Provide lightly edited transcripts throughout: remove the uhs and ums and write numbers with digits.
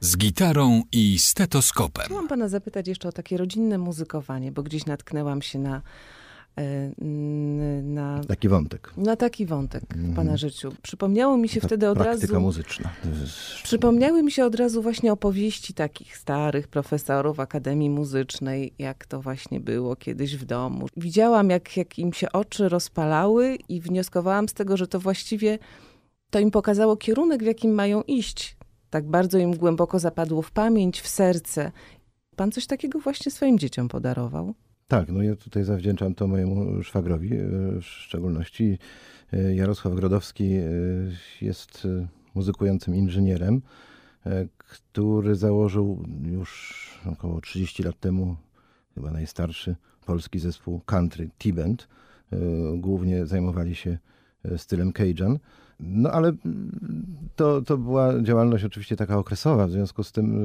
Z gitarą i stetoskopem. Chciałam pana zapytać jeszcze o takie rodzinne muzykowanie, bo gdzieś natknęłam się na taki wątek. Na taki wątek w pana życiu. Przypomniało mi się wtedy od praktyka razu... muzyczna. Przypomniały mi się od razu właśnie opowieści takich starych profesorów Akademii Muzycznej, jak to właśnie było kiedyś w domu. Widziałam, jak im się oczy rozpalały i wnioskowałam z tego, że to właściwie to im pokazało kierunek, w jakim mają iść. Tak bardzo im głęboko zapadło w pamięć, w serce. Pan coś takiego właśnie swoim dzieciom podarował? Tak, no ja tutaj zawdzięczam to mojemu szwagrowi w szczególności. Jarosław Grodowski jest muzykującym inżynierem, który założył już około 30 lat temu, chyba najstarszy polski zespół country, T-Band. Głównie zajmowali się stylem Cajun. No ale to była działalność oczywiście taka okresowa, w związku z tym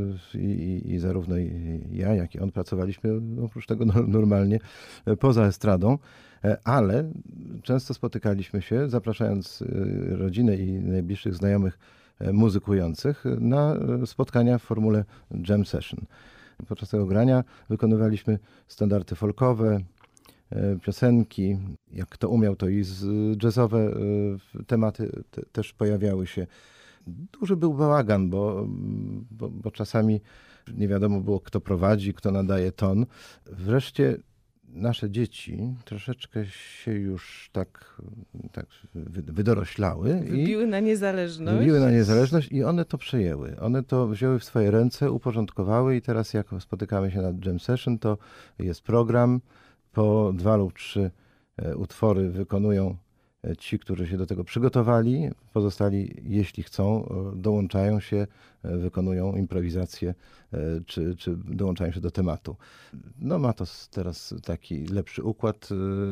i zarówno ja, jak i on pracowaliśmy oprócz tego normalnie poza estradą, ale często spotykaliśmy się, zapraszając rodzinę i najbliższych znajomych muzykujących na spotkania w formule jam session. Podczas tego grania wykonywaliśmy standardy folkowe, piosenki, jak kto umiał, to i jazzowe tematy też pojawiały się. Duży był bałagan, bo czasami nie wiadomo było, kto prowadzi, kto nadaje ton. Wreszcie nasze dzieci troszeczkę się już tak wydoroślały. Wybiły na niezależność. Wybiły na niezależność i one to przejęły. One to wzięły w swoje ręce, uporządkowały i teraz jak spotykamy się na jam session, to jest program. Po 2 lub 3 utwory wykonują ci, którzy się do tego przygotowali. Pozostali, jeśli chcą, dołączają się, wykonują improwizację, czy dołączają się do tematu. No ma to teraz taki lepszy układ.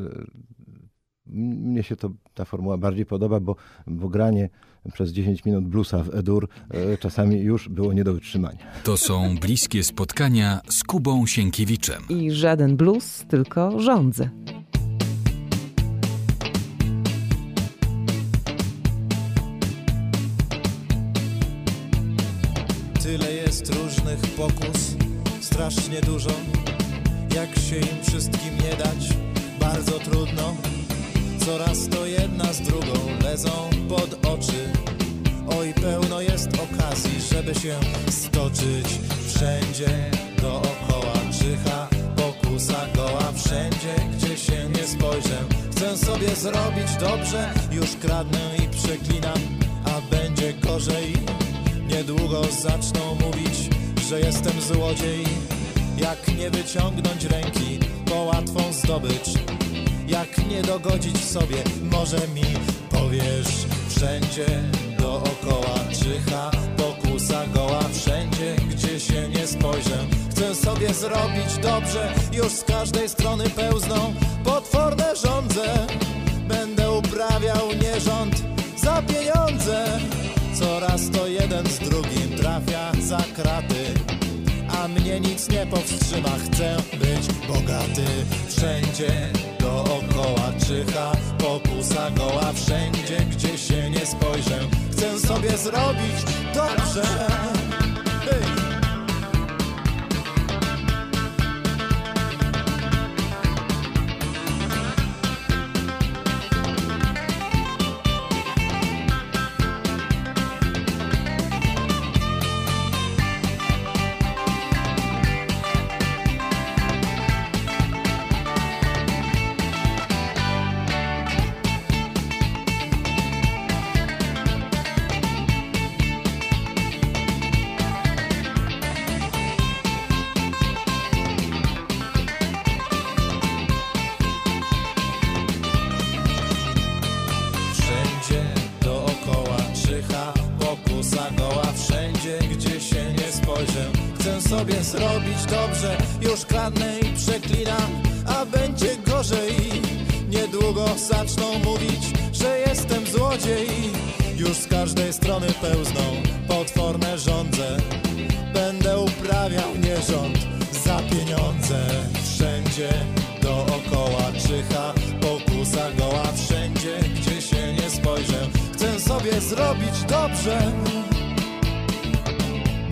Mnie się ta formuła bardziej podoba, bo granie przez 10 minut bluesa w E-dur czasami już było nie do wytrzymania. To są bliskie spotkania z Kubą Sienkiewiczem. I żaden blues, tylko żądzę. Tyle jest różnych pokus, strasznie dużo. Jak się im wszystkim nie dać, bardzo trudno. Coraz to jedna z drugą lezą pod oczy. Oj, pełno jest okazji, żeby się stoczyć. Wszędzie dookoła czyha pokusa goła. Wszędzie, gdzie się nie spojrzę, chcę sobie zrobić dobrze. Już kradnę i przeklinam, a będzie gorzej. Niedługo zaczną mówić, że jestem złodziej. Jak nie wyciągnąć ręki po łatwą zdobycz, jak nie dogodzić sobie, może mi powiesz. Wszędzie dookoła czyha pokusa goła. Wszędzie, gdzie się nie spojrzę, chcę sobie zrobić dobrze. Już z każdej strony pełzną potworne żądze. Będę uprawiał nierząd za pieniądze. Coraz to jeden z drugim trafia za kraty, a mnie nic nie powstrzyma, chcę być bogaty. Wszędzie dookoła czyha pokusa goła. Wszędzie, gdzie się nie spojrzę, chcę sobie zrobić dobrze. Hey. Sobie zrobić dobrze, już kradnę i przeklinam, a będzie gorzej. Niedługo zaczną mówić, że jestem złodziej. Już z każdej strony pełzną potworne żądze. Będę uprawiał nierząd za pieniądze. Wszędzie dookoła czyha pokusa goła. Wszędzie, gdzie się nie spojrzę, chcę sobie zrobić dobrze.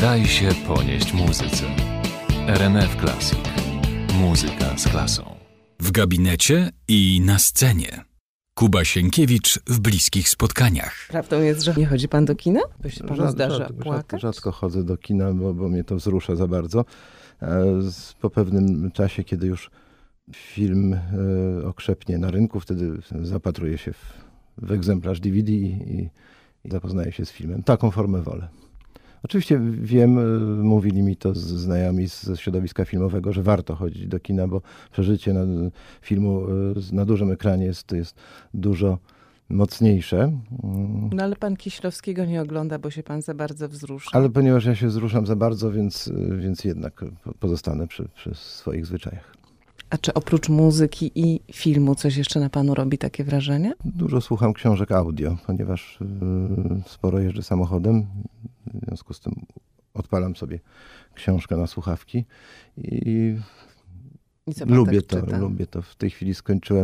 Daj się ponieść muzyce. RMF Classic. Muzyka z klasą. W gabinecie i na scenie. Kuba Sienkiewicz w bliskich spotkaniach. Prawdą jest, że nie chodzi pan do kina? Bo się panu zdarza płakać? Rzadko chodzę do kina, bo mnie to wzrusza za bardzo. Po pewnym czasie, kiedy już film okrzepnie na rynku, wtedy zapatruję się w egzemplarz DVD i zapoznaję się z filmem. Taką formę wolę. Oczywiście wiem, mówili mi to znajomi ze środowiska filmowego, że warto chodzić do kina, bo przeżycie filmu na dużym ekranie jest dużo mocniejsze. No ale pan Kieślowskiego nie ogląda, bo się pan za bardzo wzrusza. Ale ponieważ ja się wzruszam za bardzo, więc jednak pozostanę przy swoich zwyczajach. A czy oprócz muzyki i filmu coś jeszcze na panu robi takie wrażenie? Dużo słucham książek audio, ponieważ sporo jeżdżę samochodem. W związku z tym odpalam sobie książkę na słuchawki i lubię to. W tej chwili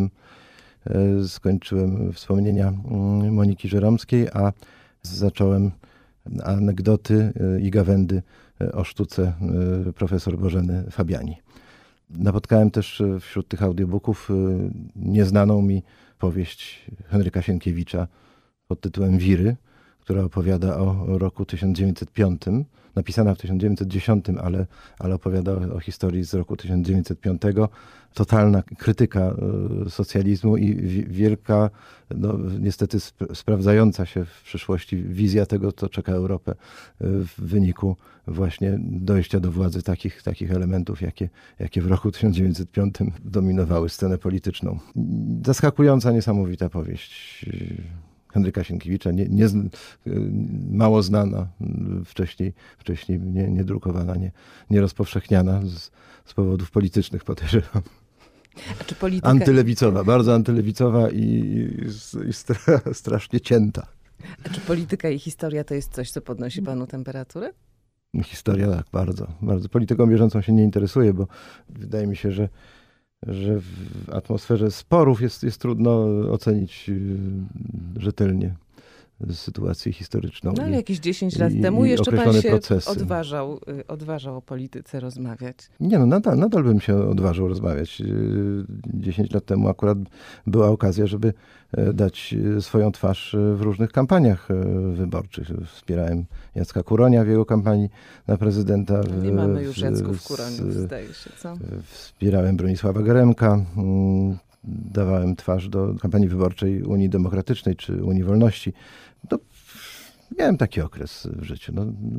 skończyłem wspomnienia Moniki Żeromskiej, a zacząłem anegdoty i gawędy o sztuce profesor Bożeny Fabiani. Napotkałem też wśród tych audiobooków nieznaną mi powieść Henryka Sienkiewicza pod tytułem Wiry, która opowiada o roku 1905, napisana w 1910, ale opowiada o historii z roku 1905. Totalna krytyka socjalizmu i wielka, niestety sprawdzająca się w przyszłości wizja tego, co czeka Europę w wyniku właśnie dojścia do władzy takich elementów, jakie w roku 1905 dominowały scenę polityczną. Zaskakująca, niesamowita powieść Henryka Sienkiewicza, mało znana, wcześniej nie drukowana, nie rozpowszechniana z powodów politycznych, podejrzewam. A czy polityka... Antylewicowa, bardzo antylewicowa i strasznie cięta. A czy polityka i historia to jest coś, co podnosi panu temperaturę? Historia tak, bardzo, bardzo. Polityką bieżącą się nie interesuję, bo wydaje mi się, że w atmosferze sporów jest trudno ocenić rzetelnie sytuację historyczną. No ale jakieś 10 lat temu jeszcze pan się procesy. odważał o polityce rozmawiać. Nie, nadal bym się odważył rozmawiać. 10 lat temu akurat była okazja, żeby dać swoją twarz w różnych kampaniach wyborczych. Wspierałem Jacka Kuronia w jego kampanii na prezydenta. Nie mamy już Jacków Kuroniów, zdaje się, co? Wspierałem Bronisława Geremka. Dawałem twarz do kampanii wyborczej Unii Demokratycznej czy Unii Wolności. Miałem taki okres w życiu.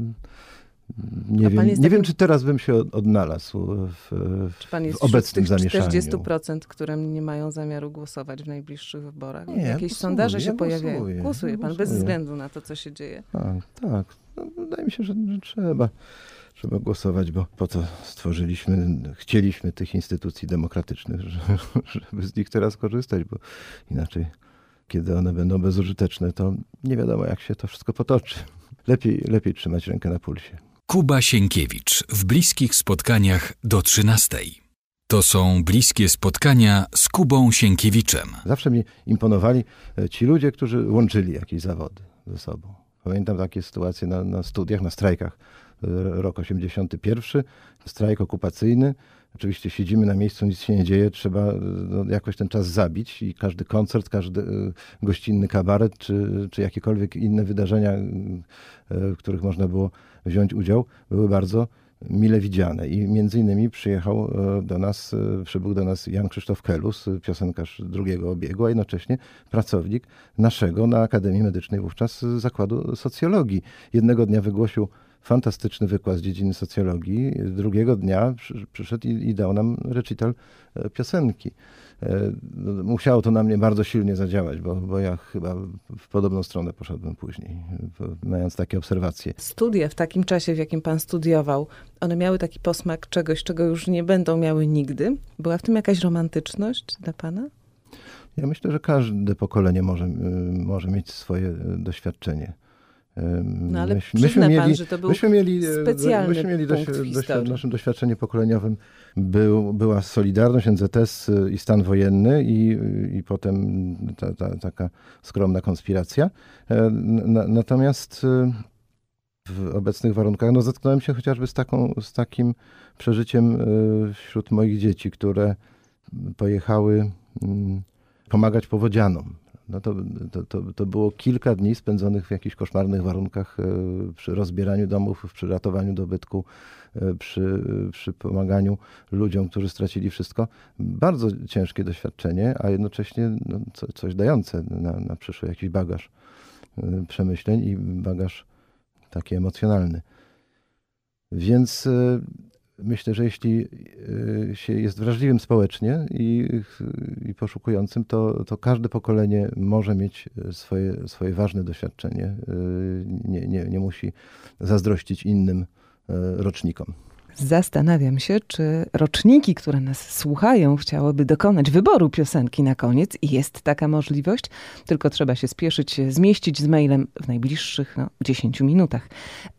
Nie wiem, czy teraz bym się odnalazł w obecnym zamieszaniu. Czy pan jest 40%, które nie mają zamiaru głosować w najbliższych wyborach? Nie, jakieś sondaże się pojawiają. Głosuje pan głosuję. bez względu na to, co się dzieje. Tak. Wydaje mi się, że trzeba głosować, bo po to chcieliśmy tych instytucji demokratycznych, żeby z nich teraz korzystać, bo inaczej, kiedy one będą bezużyteczne, to nie wiadomo, jak się to wszystko potoczy. Lepiej trzymać rękę na pulsie. Kuba Sienkiewicz w bliskich spotkaniach do 13. To są bliskie spotkania z Kubą Sienkiewiczem. Zawsze mi imponowali ci ludzie, którzy łączyli jakieś zawody ze sobą. Pamiętam takie sytuacje na studiach, na strajkach. Rok 81, strajk okupacyjny. Oczywiście siedzimy na miejscu, nic się nie dzieje, trzeba jakoś ten czas zabić i każdy koncert, każdy gościnny kabaret, czy jakiekolwiek inne wydarzenia, w których można było wziąć udział, były bardzo mile widziane. I między innymi przybył do nas Jan Krzysztof Kelus, piosenkarz drugiego obiegu, a jednocześnie pracownik naszego na Akademii Medycznej wówczas Zakładu Socjologii. Jednego dnia wygłosił fantastyczny wykład z dziedziny socjologii. Drugiego dnia przyszedł i dał nam recital piosenki. Musiało to na mnie bardzo silnie zadziałać, bo ja chyba w podobną stronę poszedłem później, mając takie obserwacje. Studia w takim czasie, w jakim pan studiował, one miały taki posmak czegoś, czego już nie będą miały nigdy. Była w tym jakaś romantyczność dla pana? Ja myślę, że każde pokolenie może mieć swoje doświadczenie. No ale przyzna pan, że to był specjalny punkt w historii. Naszym doświadczeniem pokoleniowym była Solidarność, NZS i stan wojenny i potem taka skromna konspiracja. Natomiast w obecnych warunkach. No, zetknąłem się chociażby z takim przeżyciem wśród moich dzieci, które pojechały pomagać powodzianom. No to było kilka dni spędzonych w jakichś koszmarnych warunkach przy rozbieraniu domów, przy ratowaniu dobytku, przy pomaganiu ludziom, którzy stracili wszystko. Bardzo ciężkie doświadczenie, a jednocześnie no, coś dające na przyszły jakiś bagaż przemyśleń i bagaż taki emocjonalny. Więc myślę, że jeśli się jest wrażliwym społecznie i poszukującym, to każde pokolenie może mieć swoje ważne doświadczenie. Nie musi zazdrościć innym rocznikom. Zastanawiam się, czy roczniki, które nas słuchają, chciałyby dokonać wyboru piosenki na koniec i jest taka możliwość, tylko trzeba się spieszyć, zmieścić z mailem w najbliższych 10 minutach.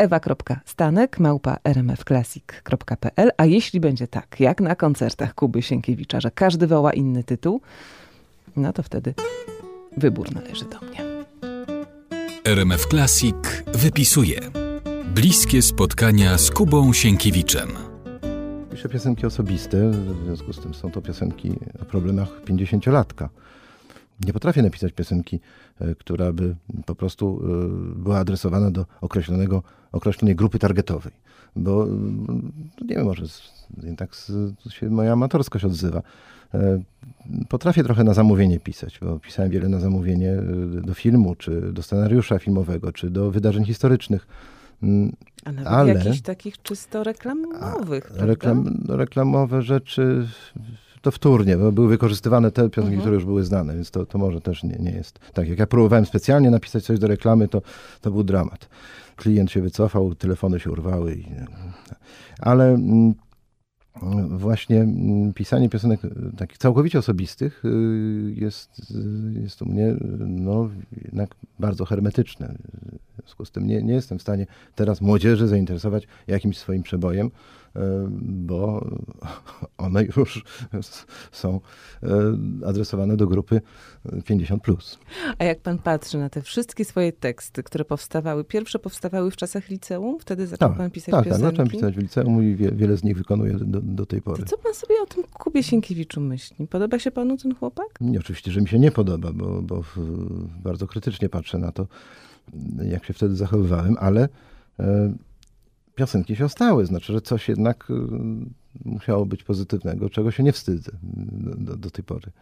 ewa.stanek@rmfclassic.pl. A jeśli będzie tak, jak na koncertach Kuby Sienkiewicza, że każdy woła inny tytuł, no to wtedy wybór należy do mnie. RMF Classic wypisuje. Bliskie spotkania z Kubą Sienkiewiczem. Piszę piosenki osobiste, w związku z tym są to piosenki o problemach 50-latka. Nie potrafię napisać piosenki, która by po prostu była adresowana do określonej grupy targetowej. Bo nie wiem, może tak się moja amatorskość odzywa. Potrafię trochę na zamówienie pisać, bo pisałem wiele na zamówienie do filmu, czy do scenariusza filmowego, czy do wydarzeń historycznych. A nawet jakichś takich czysto reklamowych, reklamowe rzeczy to wtórnie, bo były wykorzystywane te piosenki, które już były znane, więc to może też nie jest tak. Jak ja próbowałem specjalnie napisać coś do reklamy, to był dramat. Klient się wycofał, telefony się urwały. Ale właśnie pisanie piosenek takich całkowicie osobistych jest u mnie jednak bardzo hermetyczne. W związku z tym nie jestem w stanie teraz młodzieży zainteresować jakimś swoim przebojem, bo one już są adresowane do grupy 50+. A jak pan patrzy na te wszystkie swoje teksty, które pierwsze powstawały w czasach liceum? Wtedy zaczął pan pisać piosenki? Tak, zacząłem pisać w liceum i wiele z nich wykonuję do tej pory. To co pan sobie o tym Kubie Sienkiewiczu myśli? Podoba się panu ten chłopak? Nie, oczywiście, że mi się nie podoba, bo bardzo krytycznie patrzę na to, jak się wtedy zachowywałem, ale piosenki się ostały. Znaczy, że coś jednak musiało być pozytywnego, czego się nie wstydzę do tej pory.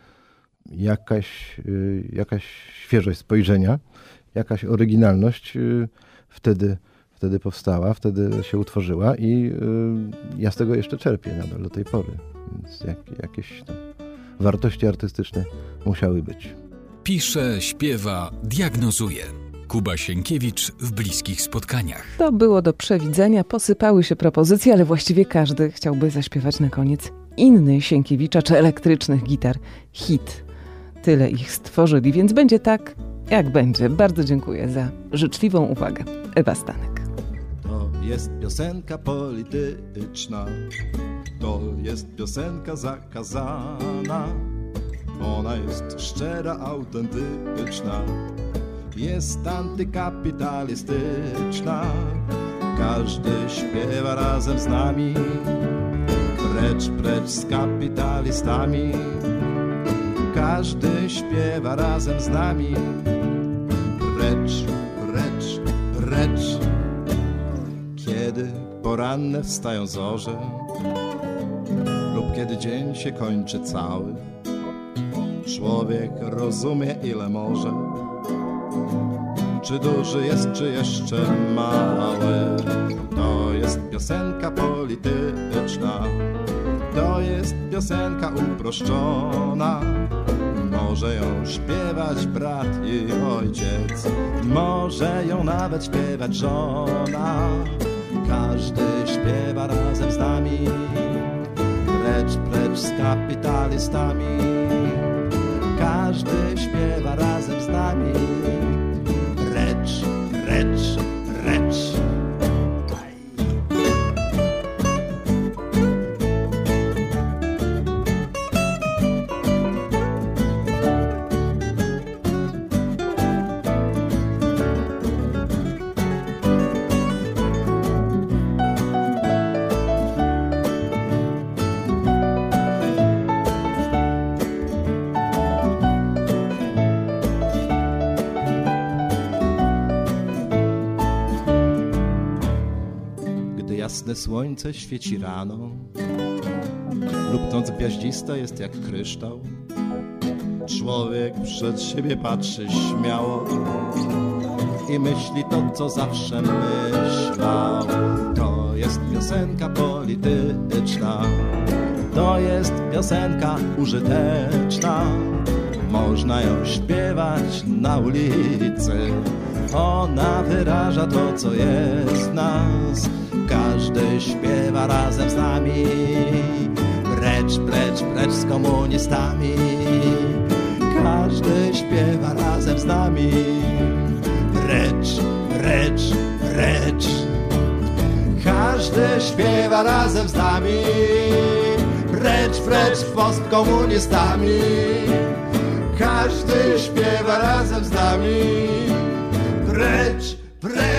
Jakaś świeżość spojrzenia, jakaś oryginalność wtedy powstała, wtedy się utworzyła i ja z tego jeszcze czerpię nadal do tej pory. Więc jakieś wartości artystyczne musiały być. Pisze, śpiewa, diagnozuje. Kuba Sienkiewicz w bliskich spotkaniach. To było do przewidzenia, posypały się propozycje, ale właściwie każdy chciałby zaśpiewać na koniec inny Sienkiewicza czy elektrycznych gitar. Hit. Tyle ich stworzyli, więc będzie tak, jak będzie. Bardzo dziękuję za życzliwą uwagę. Ewa Stanek. To jest piosenka polityczna, to jest piosenka zakazana. Ona jest szczera, autentyczna, jest antykapitalistyczna. Każdy śpiewa razem z nami, precz, precz z kapitalistami. Każdy śpiewa razem z nami, precz, precz, precz. Kiedy poranne wstają zorze lub kiedy dzień się kończy cały, człowiek rozumie, ile może, czy duży jest, czy jeszcze mały. To jest piosenka polityczna, to jest piosenka uproszczona. Może ją śpiewać brat i ojciec, może ją nawet śpiewać żona. Każdy śpiewa razem z nami, precz, precz z kapitalistami. Każdy śpiewa razem z nami, precz, precz, precz. gdy jasne słońce świeci rano lub noc gwiaździsta jest jak kryształ. Człowiek przed siebie patrzy śmiało i myśli to, co zawsze myślał. To jest piosenka polityczna, to jest piosenka użyteczna. Można ją śpiewać na ulicy, ona wyraża to, co jest w nas. Każdy śpiewa razem z nami, precz, precz, precz z komunistami. Każdy śpiewa razem z nami, precz, precz, precz. Każdy śpiewa razem z nami, precz, precz, postkomunistami. Każdy śpiewa razem z nami, precz, precz.